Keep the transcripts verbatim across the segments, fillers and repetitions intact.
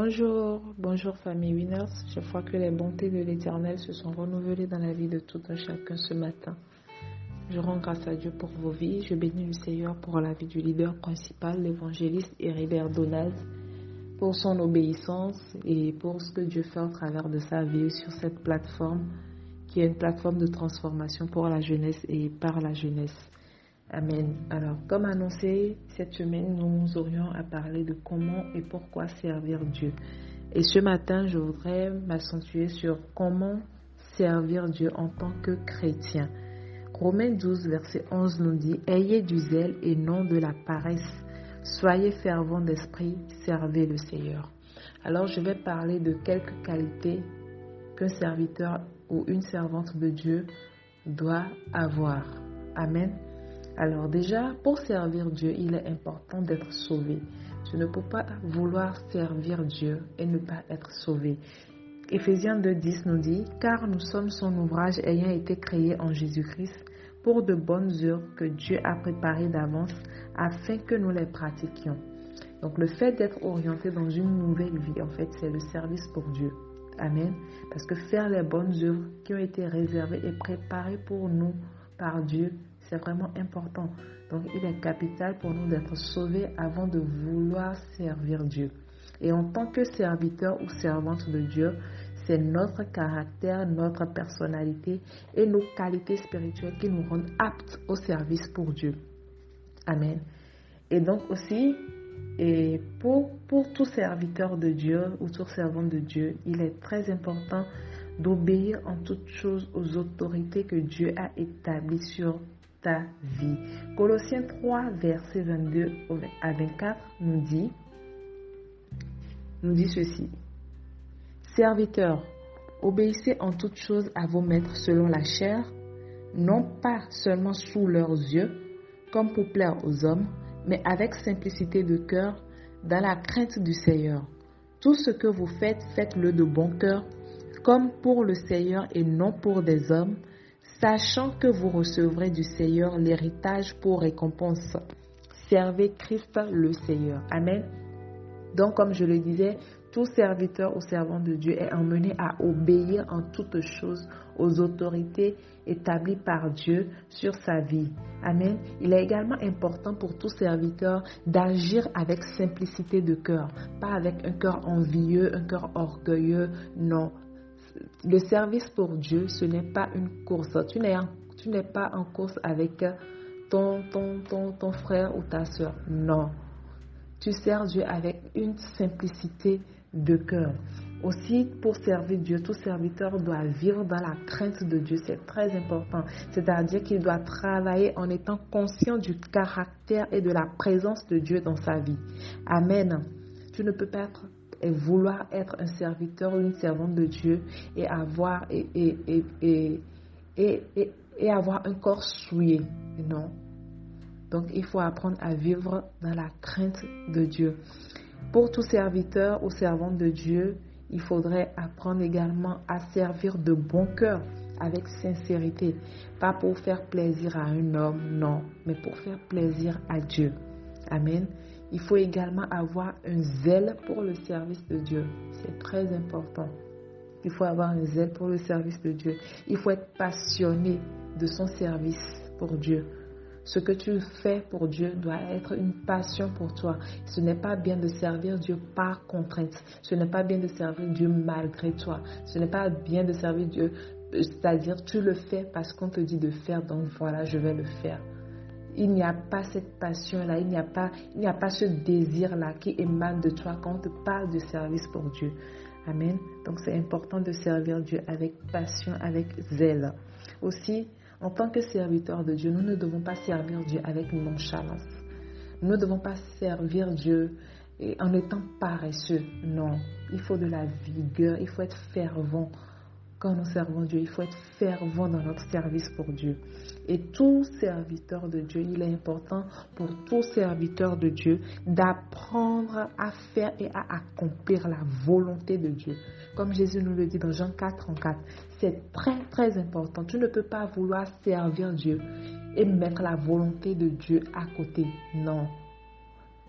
Bonjour, bonjour famille Winners. Je crois que les bontés de l'Éternel se sont renouvelées dans la vie de tout un chacun ce matin. Je rends grâce à Dieu pour vos vies. Je bénis le Seigneur pour la vie du leader principal, l'évangéliste Héribert Donald, pour son obéissance et pour ce que Dieu fait au travers de sa vie sur cette plateforme, qui est une plateforme de transformation pour la jeunesse et par la jeunesse. Amen. Alors, comme annoncé, cette semaine, nous aurions à parler de comment et pourquoi servir Dieu. Et ce matin, je voudrais m'accentuer sur comment servir Dieu en tant que chrétien. Romains douze, verset onze nous dit « Ayez du zèle et non de la paresse. Soyez fervents d'esprit, servez le Seigneur. » Alors, je vais parler de quelques qualités qu'un serviteur ou une servante de Dieu doit avoir. Amen. Alors déjà, pour servir Dieu, il est important d'être sauvé. Tu ne peux pas vouloir servir Dieu et ne pas être sauvé. Éphésiens deux, dix nous dit « Car nous sommes son ouvrage ayant été créé en Jésus-Christ pour de bonnes œuvres que Dieu a préparées d'avance afin que nous les pratiquions. » Donc le fait d'être orienté dans une nouvelle vie, en fait, c'est le service pour Dieu. Amen. Parce que faire les bonnes œuvres qui ont été réservées et préparées pour nous par Dieu, c'est vraiment important. Donc, il est capital pour nous d'être sauvés avant de vouloir servir Dieu. Et en tant que serviteur ou servante de Dieu, c'est notre caractère, notre personnalité et nos qualités spirituelles qui nous rendent aptes au service pour Dieu. Amen. Et donc aussi, et pour, pour tout serviteur de Dieu ou tout servant de Dieu, il est très important d'obéir en toutes choses aux autorités que Dieu a établies sur ta vie. Colossiens trois, versets vingt-deux à vingt-quatre nous dit, nous dit ceci. Serviteurs, obéissez en toutes choses à vos maîtres selon la chair, non pas seulement sous leurs yeux, comme pour plaire aux hommes, mais avec simplicité de cœur, dans la crainte du Seigneur. Tout ce que vous faites, faites-le de bon cœur, comme pour le Seigneur et non pour des hommes, sachant que vous recevrez du Seigneur l'héritage pour récompense. Servez Christ le Seigneur. Amen. Donc, comme je le disais, tout serviteur ou servant de Dieu est emmené à obéir en toutes choses aux autorités établies par Dieu sur sa vie. Amen. Il est également important pour tout serviteur d'agir avec simplicité de cœur, pas avec un cœur envieux, un cœur orgueilleux, non. Le service pour Dieu, ce n'est pas une course. Tu n'es, tu n'es pas en course avec ton, ton, ton, ton frère ou ta soeur. Non. Tu sers Dieu avec une simplicité de cœur. Aussi, pour servir Dieu, tout serviteur doit vivre dans la crainte de Dieu. C'est très important. C'est-à-dire qu'il doit travailler en étant conscient du caractère et de la présence de Dieu dans sa vie. Amen. Tu ne peux pas être et vouloir être un serviteur ou une servante de Dieu et avoir, et, et, et, et, et, et, et avoir un corps souillé. Non. Donc, il faut apprendre à vivre dans la crainte de Dieu. Pour tout serviteur ou servante de Dieu, il faudrait apprendre également à servir de bon cœur, avec sincérité. Pas pour faire plaisir à un homme, non, mais pour faire plaisir à Dieu. Amen. Il faut également avoir un zèle pour le service de Dieu. C'est très important. Il faut avoir un zèle pour le service de Dieu. Il faut être passionné de son service pour Dieu. Ce que tu fais pour Dieu doit être une passion pour toi. Ce n'est pas bien de servir Dieu par contrainte. Ce n'est pas bien de servir Dieu malgré toi. Ce n'est pas bien de servir Dieu, c'est-à-dire tu le fais parce qu'on te dit de faire, donc voilà, je vais le faire. Il n'y a pas cette passion-là, il n'y a pas, il n'y a pas ce désir-là qui émane de toi quand on te parle de service pour Dieu. Amen. Donc c'est important de servir Dieu avec passion, avec zèle. Aussi, en tant que serviteur de Dieu, nous ne devons pas servir Dieu avec nonchalance. Nous ne devons pas servir Dieu en étant paresseux. Non, il faut de la vigueur, il faut être fervent. Quand nous servons Dieu, il faut être fervent dans notre service pour Dieu. Et tout serviteur de Dieu, il est important pour tout serviteur de Dieu d'apprendre à faire et à accomplir la volonté de Dieu. Comme Jésus nous le dit dans Jean quatre, trente-quatre, c'est très très important. Tu ne peux pas vouloir servir Dieu et mettre la volonté de Dieu à côté. Non.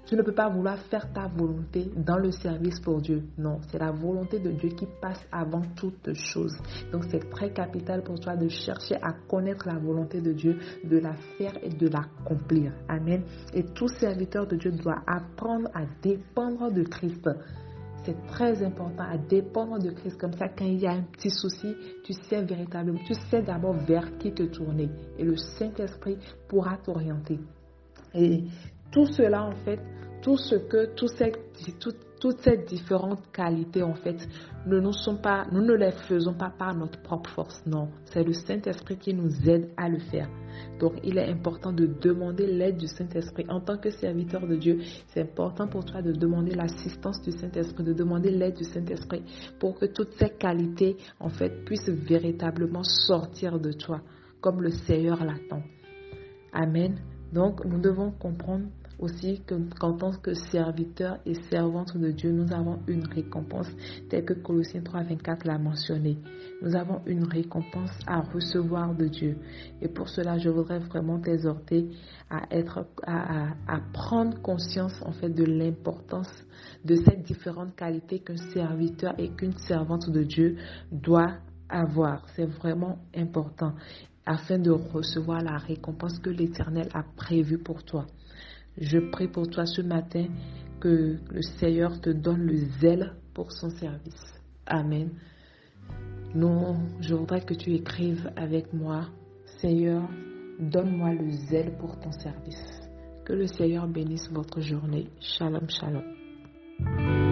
Tu ne peux pas vouloir faire ta volonté dans le service pour Dieu. Non, c'est la volonté de Dieu qui passe avant toute chose. Donc c'est très capital pour toi de chercher à connaître la volonté de Dieu, de la faire et de l'accomplir. Amen. Et tout serviteur de Dieu doit apprendre à dépendre de Christ. C'est très important à dépendre de Christ. Comme ça, quand il y a un petit souci, tu sais véritablement, tu sais d'abord vers qui te tourner. Et le Saint-Esprit pourra t'orienter. Et tout cela, en fait, tout ce que, tout ces, tout, toutes ces différentes qualités, en fait, ne nous sont pas, nous ne les faisons pas par notre propre force. Non, c'est le Saint-Esprit qui nous aide à le faire. Donc, il est important de demander l'aide du Saint-Esprit. En tant que serviteur de Dieu, c'est important pour toi de demander l'assistance du Saint-Esprit, de demander l'aide du Saint-Esprit pour que toutes ces qualités, en fait, puissent véritablement sortir de toi, comme le Seigneur l'attend. Amen. Donc, nous devons comprendre aussi que, qu'en tant que serviteurs et servantes de Dieu, nous avons une récompense, telle que Colossiens trois, vingt-quatre l'a mentionné. Nous avons une récompense à recevoir de Dieu. Et pour cela, je voudrais vraiment t'exhorter à, être, à, à, à prendre conscience en fait de l'importance de ces différentes qualités qu'un serviteur et qu'une servante de Dieu doit avoir. C'est vraiment important afin de recevoir la récompense que l'Éternel a prévue pour toi. Je prie pour toi ce matin que le Seigneur te donne le zèle pour son service. Amen. Non, je voudrais que tu écrives avec moi, Seigneur, donne-moi le zèle pour ton service. Que le Seigneur bénisse votre journée. Shalom, shalom.